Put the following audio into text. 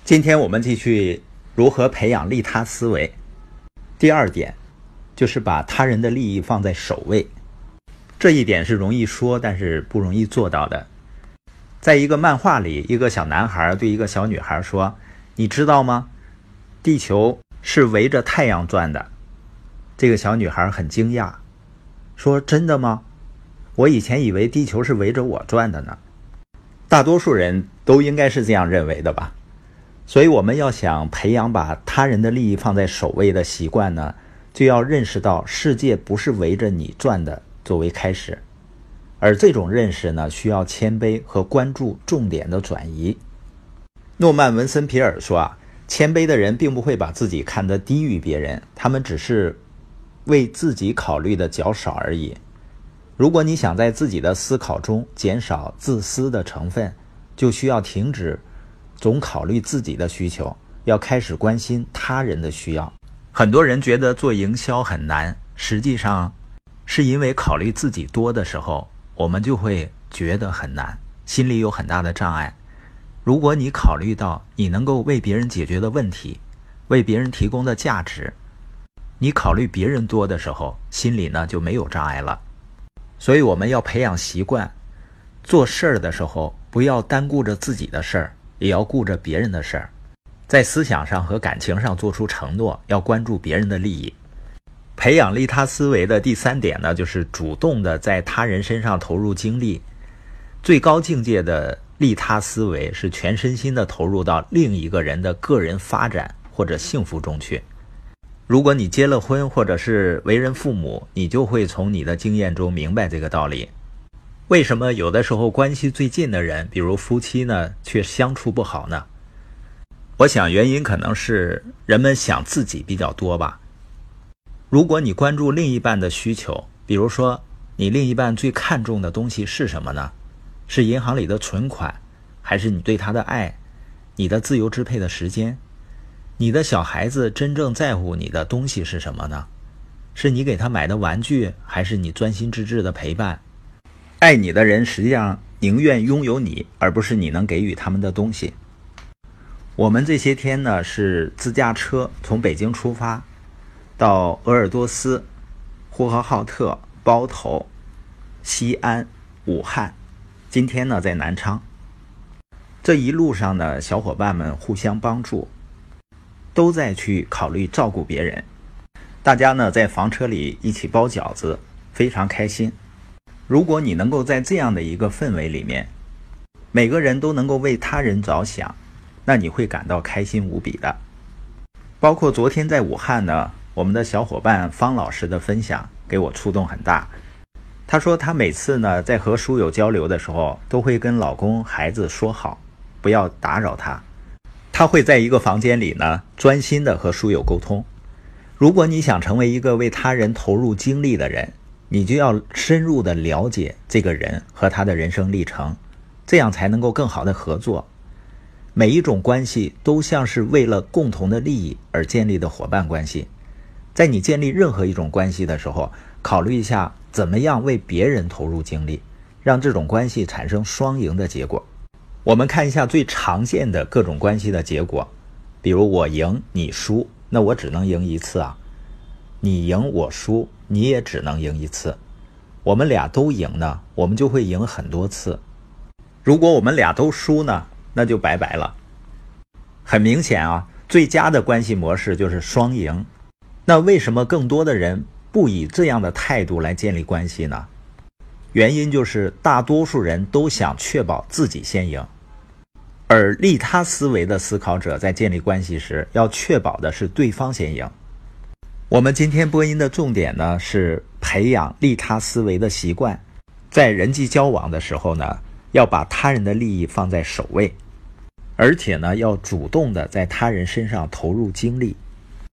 今天我们继续如何培养利他思维。第二点就是把他人的利益放在首位。这一点是容易说，但是不容易做到的。在一个漫画里，一个小男孩对一个小女孩说：你知道吗？地球是围着太阳转的。这个小女孩很惊讶，说：真的吗？我以前以为地球是围着我转的呢。大多数人都应该是这样认为的吧。所以我们要想培养把他人的利益放在首位的习惯呢，就要认识到世界不是围着你转的作为开始。而这种认识呢，需要谦卑和关注重点的转移。诺曼·文森皮尔说谦卑的人并不会把自己看得低于别人，他们只是为自己考虑的较少而已。如果你想在自己的思考中减少自私的成分，就需要停止总考虑自己的需求，要开始关心他人的需要。很多人觉得做营销很难，实际上是因为考虑自己多的时候，我们就会觉得很难，心里有很大的障碍。如果你考虑到你能够为别人解决的问题，为别人提供的价值，你考虑别人多的时候，心里呢就没有障碍了。所以我们要培养习惯，做事儿的时候不要单顾着自己的事儿，也要顾着别人的事儿。在思想上和感情上做出承诺，要关注别人的利益。培养利他思维的第三点呢，就是主动的在他人身上投入精力。最高境界的利他思维是全身心的投入到另一个人的个人发展或者幸福中去。如果你结了婚或者是为人父母，你就会从你的经验中明白这个道理。为什么有的时候关系最近的人，比如夫妻呢，却相处不好呢？我想原因可能是人们想自己比较多吧。如果你关注另一半的需求，比如说你另一半最看重的东西是什么呢？是银行里的存款，还是你对他的爱，你的自由支配的时间？你的小孩子真正在乎你的东西是什么呢？是你给他买的玩具，还是你专心致志的陪伴？爱你的人实际上宁愿拥有你，而不是你能给予他们的东西。我们这些天呢是自驾车从北京出发，到鄂尔多斯、呼和浩特、包头、西安、武汉，今天呢在南昌。这一路上呢，小伙伴们互相帮助，都在去考虑照顾别人。大家呢在房车里一起包饺子，非常开心。如果你能够在这样的一个氛围里面，每个人都能够为他人着想，那你会感到开心无比的。包括昨天在武汉呢，我们的小伙伴方老师的分享给我触动很大。他说他每次呢在和书友交流的时候，都会跟老公孩子说好，不要打扰他。他会在一个房间里呢专心的和书友沟通。如果你想成为一个为他人投入精力的人，你就要深入的了解这个人和他的人生历程，这样才能够更好的合作。每一种关系都像是为了共同的利益而建立的伙伴关系。在你建立任何一种关系的时候，考虑一下怎么样为别人投入精力，让这种关系产生双赢的结果。我们看一下最常见的各种关系的结果，比如我赢你输，那我只能赢一次啊。你赢我输，你也只能赢一次。我们俩都赢呢，我们就会赢很多次。如果我们俩都输呢，那就拜拜了。很明显啊，最佳的关系模式就是双赢。那为什么更多的人不以这样的态度来建立关系呢？原因就是大多数人都想确保自己先赢，而利他思维的思考者在建立关系时，要确保的是对方先赢。我们今天播音的重点呢，是培养利他思维的习惯。在人际交往的时候呢，要把他人的利益放在首位，而且呢，要主动的在他人身上投入精力。